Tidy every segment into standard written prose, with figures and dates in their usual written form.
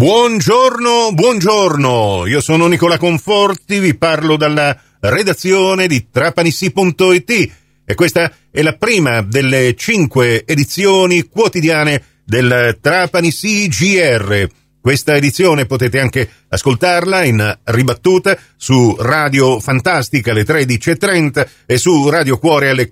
Buongiorno, io sono Nicola Conforti, vi parlo dalla redazione di Trapanissi.it e questa è la prima delle 5 edizioni quotidiane del Trapanissi GR. Questa edizione potete anche ascoltarla in ribattuta su Radio Fantastica alle 13.30 e su Radio Cuore alle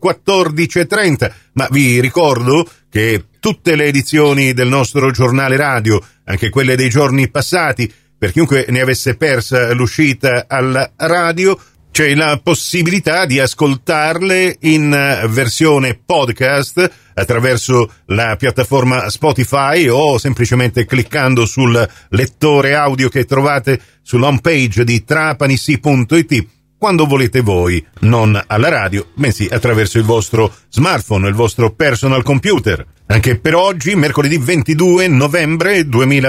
14.30, ma vi ricordo che tutte le edizioni del nostro giornale radio, anche quelle dei giorni passati, per chiunque ne avesse persa l'uscita alla radio, c'è la possibilità di ascoltarle in versione podcast attraverso la piattaforma Spotify o semplicemente cliccando sul lettore audio che trovate sull'home page di Trapanissi.it quando volete voi, non alla radio, bensì attraverso il vostro smartphone, il vostro personal computer. Anche per oggi, mercoledì 22 novembre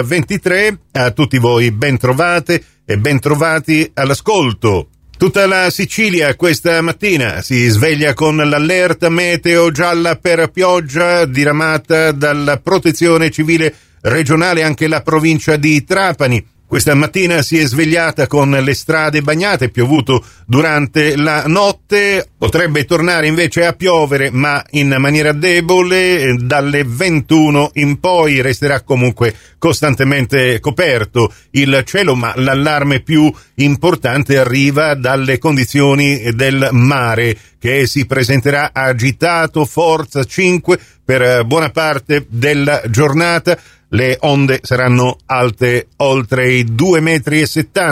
2023, a tutti voi ben trovate e ben trovati all'ascolto. Tutta la Sicilia questa mattina si sveglia con l'allerta meteo gialla per pioggia diramata dalla Protezione Civile regionale, anche la provincia di Trapani. Questa mattina si è svegliata con le strade bagnate, è piovuto durante la notte, potrebbe tornare invece a piovere ma in maniera debole, dalle 21 in poi resterà comunque costantemente coperto il cielo, ma l'allarme più importante arriva dalle condizioni del mare, che si presenterà agitato, forza 5 per buona parte della giornata. Le onde saranno alte oltre i 2,70 metri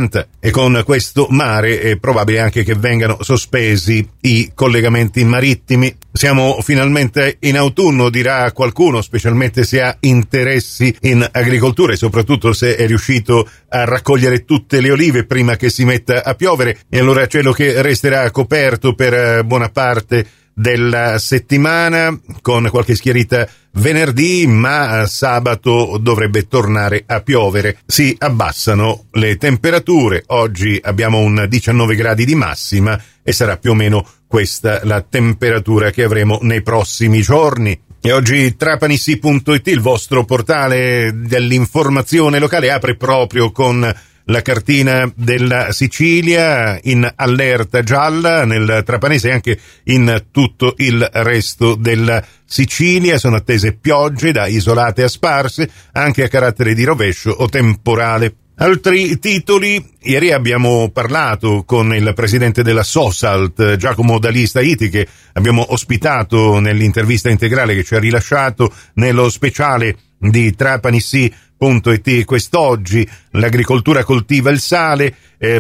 e con questo mare è probabile anche che vengano sospesi i collegamenti marittimi. Siamo finalmente in autunno, dirà qualcuno, specialmente se ha interessi in agricoltura e soprattutto se è riuscito a raccogliere tutte le olive prima che si metta a piovere, e allora cielo che resterà coperto per buona parte della settimana, con qualche schiarita venerdì, ma sabato dovrebbe tornare a piovere. Si abbassano le temperature, oggi abbiamo un 19 gradi di massima e sarà più o meno questa la temperatura che avremo nei prossimi giorni. E oggi Trapanissi.it, il vostro portale dell'informazione locale, apre proprio con la cartina della Sicilia in allerta gialla nel Trapanese e anche in tutto il resto della Sicilia. Sono attese piogge da isolate a sparse, anche a carattere di rovescio o temporale. Altri titoli: ieri abbiamo parlato con il presidente della Sosalt, Giacomo D'Alì-Staiti, che abbiamo ospitato nell'intervista integrale che ci ha rilasciato nello speciale di Trapanissi.it quest'oggi. L'agricoltura coltiva il sale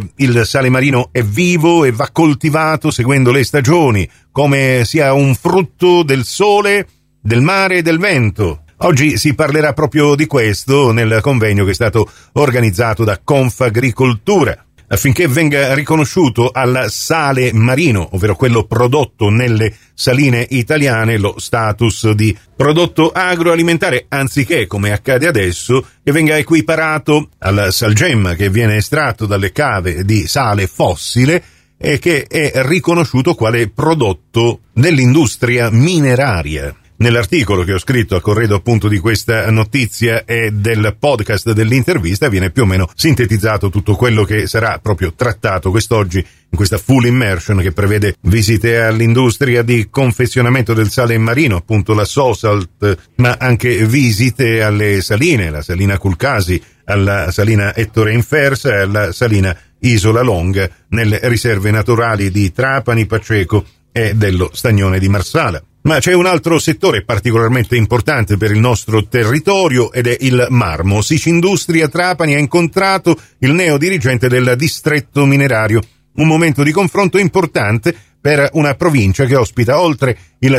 marino è vivo e va coltivato seguendo le stagioni, come sia un frutto del sole, del mare e del vento. Oggi si parlerà proprio di questo nel convegno che è stato organizzato da Confagricoltura, affinché venga riconosciuto al sale marino, ovvero quello prodotto nelle saline italiane, lo status di prodotto agroalimentare, anziché, come accade adesso, che venga equiparato al salgemma che viene estratto dalle cave di sale fossile e che è riconosciuto quale prodotto dell'industria mineraria. Nell'articolo che ho scritto a corredo appunto di questa notizia e del podcast dell'intervista viene più o meno sintetizzato tutto quello che sarà proprio trattato quest'oggi in questa full immersion, che prevede visite all'industria di confezionamento del sale marino, appunto la Sosalt, ma anche visite alle saline, la salina Culcasi, alla salina Ettore Infersa e alla salina Isola Longa, nelle riserve naturali di Trapani, Paceco e dello Stagnone di Marsala. Ma c'è un altro settore particolarmente importante per il nostro territorio ed è il marmo. Sicindustria Trapani ha incontrato il neo dirigente del distretto minerario, un momento di confronto importante per una provincia che ospita oltre il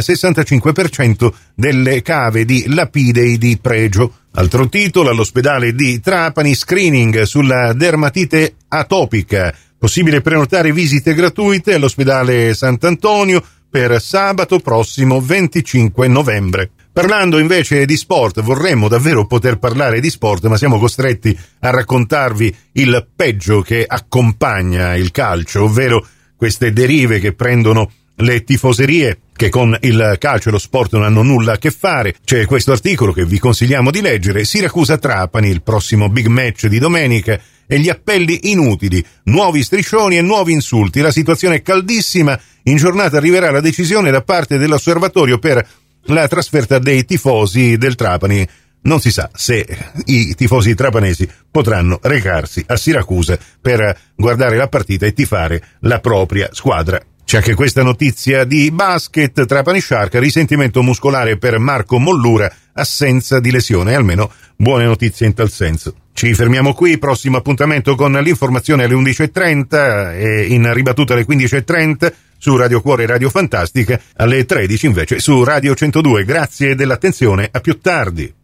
65% delle cave di lapidei di pregio. Altro titolo all'ospedale di Trapani: screening sulla dermatite atopica. Possibile prenotare visite gratuite all'ospedale Sant'Antonio per sabato prossimo 25 novembre. Parlando invece di sport, vorremmo davvero poter parlare di sport, ma siamo costretti a raccontarvi il peggio che accompagna il calcio, ovvero queste derive che prendono le tifoserie che con il calcio e lo sport non hanno nulla a che fare. C'è questo articolo che vi consigliamo di leggere: Siracusa-Trapani, il prossimo big match di domenica, e gli appelli inutili, nuovi striscioni e nuovi insulti. La situazione è caldissima, in giornata arriverà la decisione da parte dell'osservatorio per la trasferta dei tifosi del Trapani. Non si sa se i tifosi trapanesi potranno recarsi a Siracusa per guardare la partita e tifare la propria squadra. C'è anche questa notizia di basket: Trapani Shark, risentimento muscolare per Marco Mollura, assenza di lesione, almeno buone notizie in tal senso. Ci fermiamo qui, prossimo appuntamento con l'informazione alle 11.30 e in ribattuta alle 15.30 su Radio Cuore e Radio Fantastica, alle 13 invece su Radio 102. Grazie dell'attenzione, a più tardi.